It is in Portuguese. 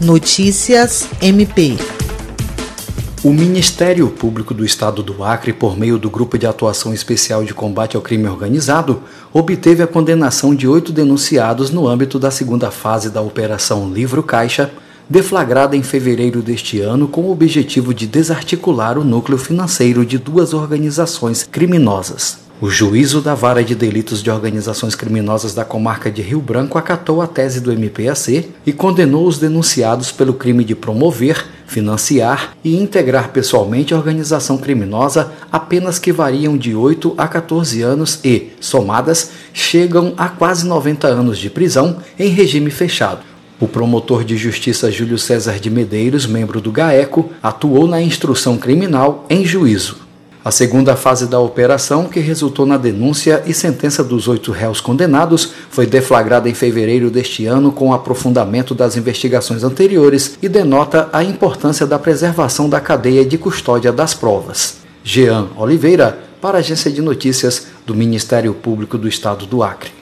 Notícias MP. O Ministério Público do Estado do Acre, por meio do Grupo de Atuação Especial de Combate ao Crime Organizado, obteve a condenação de 8 denunciados no âmbito da segunda fase da Operação Livro Caixa, deflagrada em fevereiro deste ano com o objetivo de desarticular o núcleo financeiro de 2 organizações criminosas. O juízo da Vara de Delitos de Organizações Criminosas da comarca de Rio Branco acatou a tese do MPAC e condenou os denunciados pelo crime de promover, financiar e integrar pessoalmente a organização criminosa a penas que variam de 8 a 14 anos e, somadas, chegam a quase 90 anos de prisão em regime fechado. O promotor de justiça Júlio César de Medeiros, membro do GAECO, atuou na instrução criminal em juízo. A segunda fase da operação, que resultou na denúncia e sentença dos 8 réus condenados, foi deflagrada em fevereiro deste ano com o aprofundamento das investigações anteriores e denota a importância da preservação da cadeia de custódia das provas. Jean Oliveira, para a Agência de Notícias do Ministério Público do Estado do Acre.